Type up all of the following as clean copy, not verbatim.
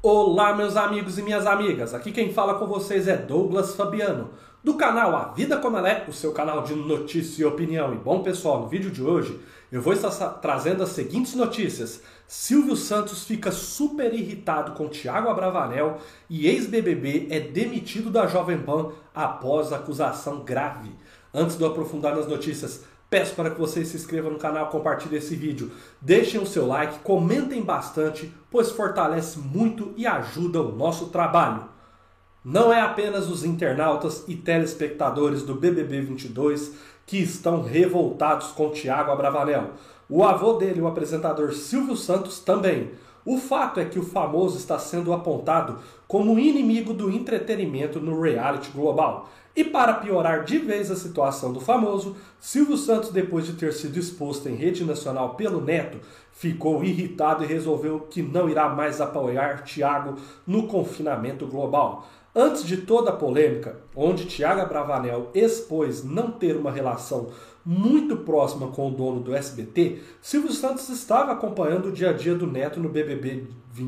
Olá, meus amigos e minhas amigas, aqui quem fala com vocês é Douglas Fabiano, do canal A Vida Como Ela É, o seu canal de notícia e opinião. E bom, pessoal, no vídeo de hoje eu vou estar trazendo as seguintes notícias. Silvio Santos fica super irritado com Thiago Abravanel e ex-BBB é demitido da Jovem Pan após acusação grave. Antes de eu aprofundar nas notícias, peço para que vocês se inscrevam no canal, compartilhem esse vídeo, deixem o seu like, comentem bastante, pois fortalece muito e ajuda o nosso trabalho. Não é apenas os internautas e telespectadores do BBB 22 que estão revoltados com Thiago Abravanel. O avô dele, o apresentador Silvio Santos, também. O fato é que o famoso está sendo apontado como inimigo do entretenimento no reality global. E para piorar de vez a situação do famoso, Silvio Santos, depois de ter sido exposto em rede nacional pelo neto, ficou irritado e resolveu que não irá mais apoiar Thiago no confinamento global. Antes de toda a polêmica, onde Thiago Abravanel expôs não ter uma relação muito próxima com o dono do SBT, Silvio Santos estava acompanhando o dia a dia do neto no BBB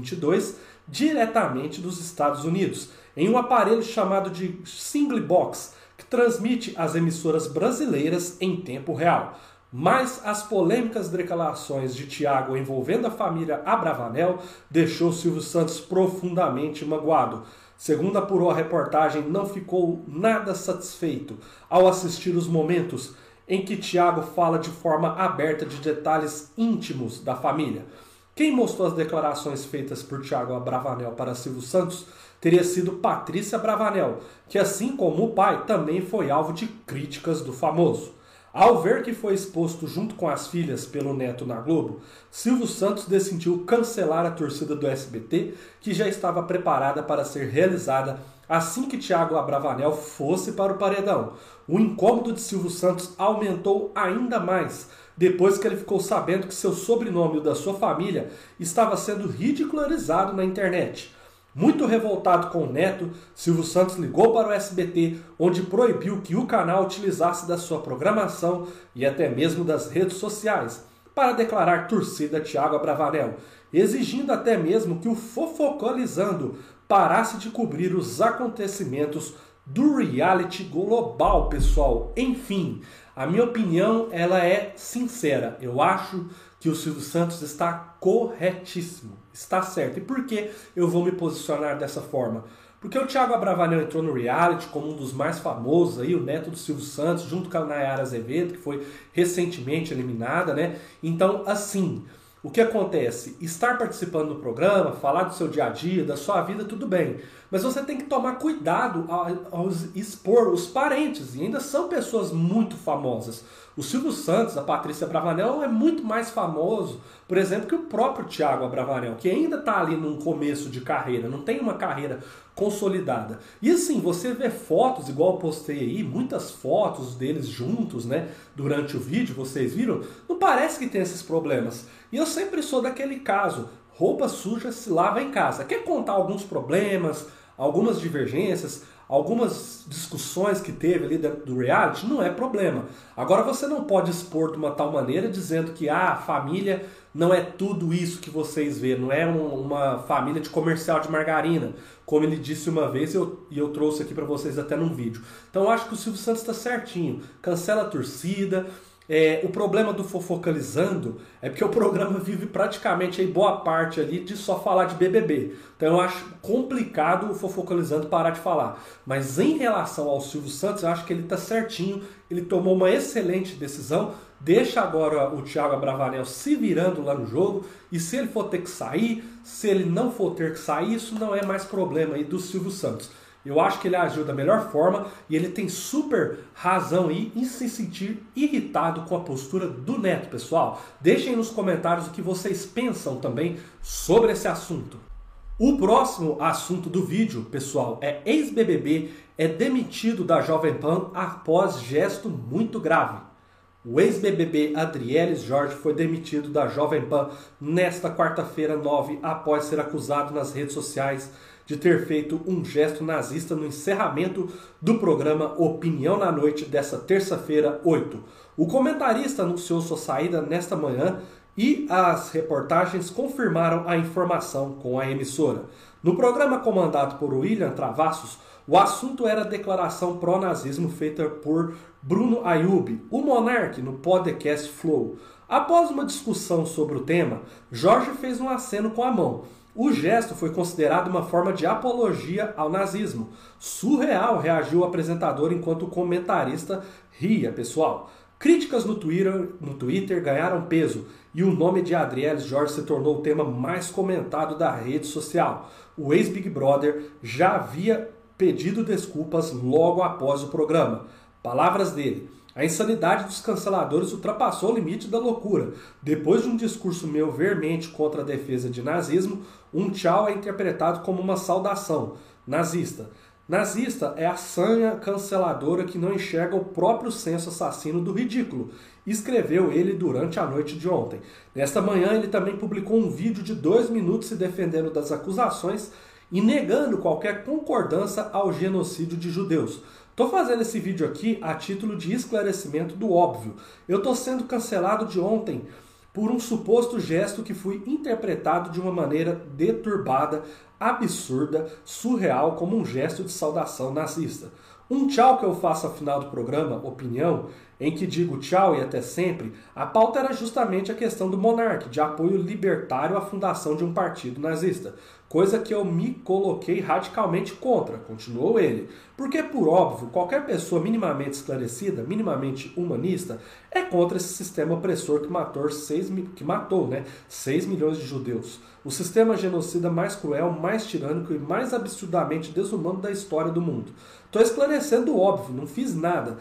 22 diretamente dos Estados Unidos, em um aparelho chamado de Single Box, que transmite as emissoras brasileiras em tempo real. Mas as polêmicas declarações de Thiago envolvendo a família Abravanel deixou Silvio Santos profundamente magoado. Segundo apurou a reportagem, não ficou nada satisfeito ao assistir os momentos em que Thiago fala de forma aberta de detalhes íntimos da família. Quem mostrou as declarações feitas por Thiago Abravanel para Silvio Santos teria sido Patrícia Abravanel, que assim como o pai também foi alvo de críticas do famoso. Ao ver que foi exposto junto com as filhas pelo neto na Globo, Silvio Santos decidiu cancelar a torcida do SBT, que já estava preparada para ser realizada assim que Thiago Abravanel fosse para o paredão. O incômodo de Silvio Santos aumentou ainda mais, depois que ele ficou sabendo que seu sobrenome e o da sua família estava sendo ridicularizado na internet. Muito revoltado com o neto, Silvio Santos ligou para o SBT, onde proibiu que o canal utilizasse da sua programação e até mesmo das redes sociais para declarar torcida a Thiago Abravanel, exigindo até mesmo que o Fofocalizando parasse de cobrir os acontecimentos do reality global, pessoal. Enfim, a minha opinião ela é sincera. Eu acho que o Silvio Santos está corretíssimo, está certo. E por que eu vou me posicionar dessa forma? Porque o Thiago Abravanel entrou no reality como um dos mais famosos, aí, o neto do Silvio Santos, junto com a Nayara Azevedo, que foi recentemente eliminada, né? Então, assim, o que acontece? Estar participando do programa, falar do seu dia a dia, da sua vida, tudo bem. Mas você tem que tomar cuidado ao expor os parentes, e ainda são pessoas muito famosas. O Silvio Santos, a Patrícia Abravanel, é muito mais famoso, por exemplo, que o próprio Thiago Abravanel, que ainda está ali num começo de carreira, não tem uma carreira consolidada. E assim, você vê fotos, igual eu postei aí, muitas fotos deles juntos, né, durante o vídeo, vocês viram? Não parece que tem esses problemas. E eu sempre sou daquele caso, roupa suja se lava em casa. Quer contar alguns problemas, algumas divergências, algumas discussões que teve ali dentro do reality? Não é problema. Agora você não pode expor de uma tal maneira dizendo que a família não é tudo isso que vocês vê, não é uma família de comercial de margarina, como ele disse uma vez e eu trouxe aqui para vocês até num vídeo. Então eu acho que o Silvio Santos está certinho, cancela a torcida. O problema do Fofocalizando é porque o programa vive praticamente aí boa parte ali de só falar de BBB. Então eu acho complicado o Fofocalizando parar de falar. Mas em relação ao Silvio Santos, eu acho que ele está certinho, ele tomou uma excelente decisão, deixa agora o Thiago Abravanel se virando lá no jogo, e se ele for ter que sair, se ele não for ter que sair, isso não é mais problema aí do Silvio Santos. Eu acho que ele agiu da melhor forma e ele tem super razão aí em se sentir irritado com a postura do neto, pessoal. Deixem nos comentários o que vocês pensam também sobre esse assunto. O próximo assunto do vídeo, pessoal, é ex-BBB é demitido da Jovem Pan após gesto muito grave. O ex-BBB Adrielis Jorge foi demitido da Jovem Pan nesta quarta-feira 9 após ser acusado nas redes sociais de ter feito um gesto nazista no encerramento do programa Opinião na Noite desta terça-feira 8. O comentarista anunciou sua saída nesta manhã e as reportagens confirmaram a informação com a emissora. No programa comandado por William Travassos, o assunto era a declaração pró-nazismo feita por Bruno Ayub, o Monark, no podcast Flow. Após uma discussão sobre o tema, Jorge fez um aceno com a mão. O gesto foi considerado uma forma de apologia ao nazismo. Surreal, reagiu o apresentador enquanto o comentarista ria, pessoal. Críticas no Twitter ganharam peso e o nome de Adrielis Jorge se tornou o tema mais comentado da rede social. O ex-Big Brother já havia pedido desculpas logo após o programa. Palavras dele: a insanidade dos canceladores ultrapassou o limite da loucura. Depois de um discurso meu veemente contra a defesa de nazismo, um tchau é interpretado como uma saudação nazista. Nazista é a sanha canceladora que não enxerga o próprio senso assassino do ridículo, escreveu ele durante a noite de ontem. Nesta manhã ele também publicou um vídeo de 2 minutos se defendendo das acusações e negando qualquer concordância ao genocídio de judeus. Tô fazendo esse vídeo aqui a título de esclarecimento do óbvio. Eu tô sendo cancelado de ontem por um suposto gesto que foi interpretado de uma maneira deturbada, absurda, surreal, como um gesto de saudação nazista. Um tchau que eu faço ao final do programa, Opinião, em que digo tchau e até sempre, a pauta era justamente a questão do Monark, de apoio libertário à fundação de um partido nazista. Coisa que eu me coloquei radicalmente contra, continuou ele. Porque, por óbvio, qualquer pessoa minimamente esclarecida, minimamente humanista, é contra esse sistema opressor que matou 6 milhões de judeus. O sistema genocida mais cruel, mais tirânico e mais absurdamente desumano da história do mundo. Estou esclarecendo o óbvio, não fiz nada.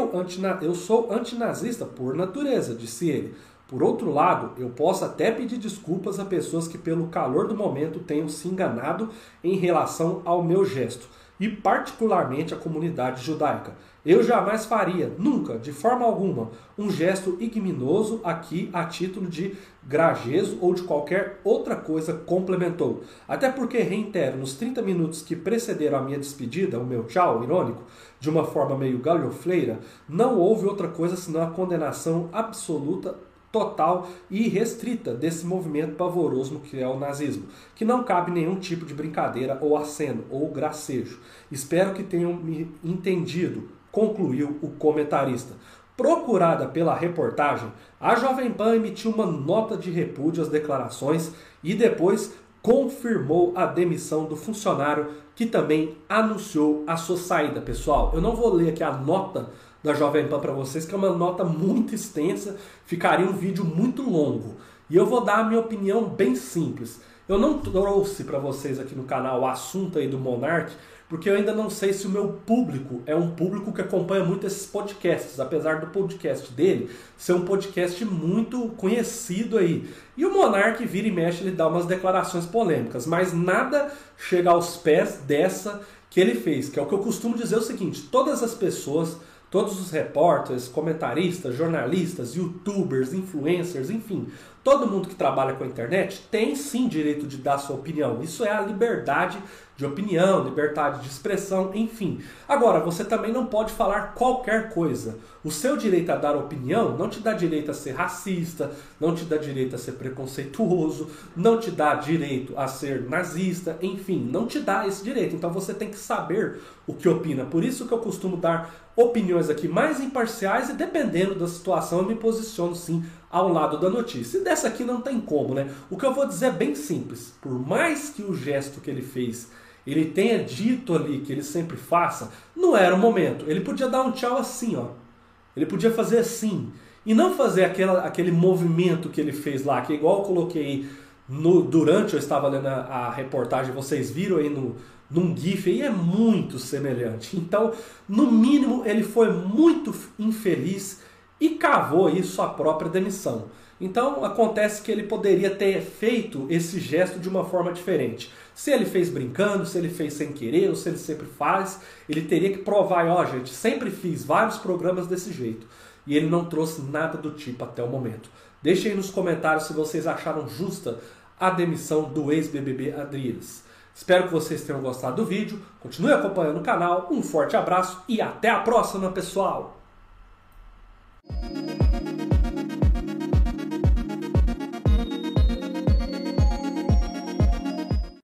Eu sou antinazista por natureza, disse ele. Por outro lado, eu posso até pedir desculpas a pessoas que pelo calor do momento tenham se enganado em relação ao meu gesto, e particularmente a comunidade judaica. Eu jamais faria, nunca, de forma alguma, um gesto ignominioso aqui a título de grajezo ou de qualquer outra coisa, complementou. Até porque, reitero, nos 30 minutos que precederam a minha despedida, o meu tchau irônico, de uma forma meio galhofleira, não houve outra coisa senão a condenação absoluta, total e restrita desse movimento pavoroso que é o nazismo, que não cabe nenhum tipo de brincadeira ou aceno ou gracejo. Espero que tenham me entendido, concluiu o comentarista. Procurada pela reportagem, a Jovem Pan emitiu uma nota de repúdio às declarações e depois confirmou a demissão do funcionário, que também anunciou a sua saída. Pessoal, eu não vou ler aqui a nota da Jovem Pan para vocês, que é uma nota muito extensa, ficaria um vídeo muito longo. E eu vou dar a minha opinião bem simples. Eu não trouxe para vocês aqui no canal o assunto aí do Monark, porque eu ainda não sei se o meu público é um público que acompanha muito esses podcasts, apesar do podcast dele ser um podcast muito conhecido aí. E o Monark vira e mexe, ele dá umas declarações polêmicas, mas nada chega aos pés dessa que ele fez, que é o que eu costumo dizer o seguinte: todas as pessoas, todos os repórteres, comentaristas, jornalistas, youtubers, influencers, enfim, todo mundo que trabalha com a internet tem sim direito de dar sua opinião. Isso é a liberdade de opinião, liberdade de expressão, enfim. Agora, você também não pode falar qualquer coisa. O seu direito a dar opinião não te dá direito a ser racista, não te dá direito a ser preconceituoso, não te dá direito a ser nazista, enfim, não te dá esse direito. Então você tem que saber o que opina. Por isso que eu costumo dar opiniões aqui mais imparciais e, dependendo da situação, eu me posiciono sim ao lado da notícia. E dessa aqui não tem como, né? O que eu vou dizer é bem simples. Por mais que o gesto que ele fez, ele tenha dito ali que ele sempre faça, não era o momento. Ele podia dar um tchau assim, ó. Ele podia fazer assim. E não fazer aquele movimento que ele fez lá, que igual eu coloquei durante eu estava lendo a reportagem, vocês viram aí num GIF, aí é muito semelhante. Então, no mínimo, ele foi muito infeliz e cavou aí sua própria demissão. Então, acontece que ele poderia ter feito esse gesto de uma forma diferente. Se ele fez brincando, se ele fez sem querer, ou se ele sempre faz, ele teria que provar, ó, gente, sempre fiz vários programas desse jeito. E ele não trouxe nada do tipo até o momento. Deixem aí nos comentários se vocês acharam justa a demissão do ex-BBB Adrielis. Espero que vocês tenham gostado do vídeo. Continue acompanhando o canal. Um forte abraço e até a próxima, pessoal!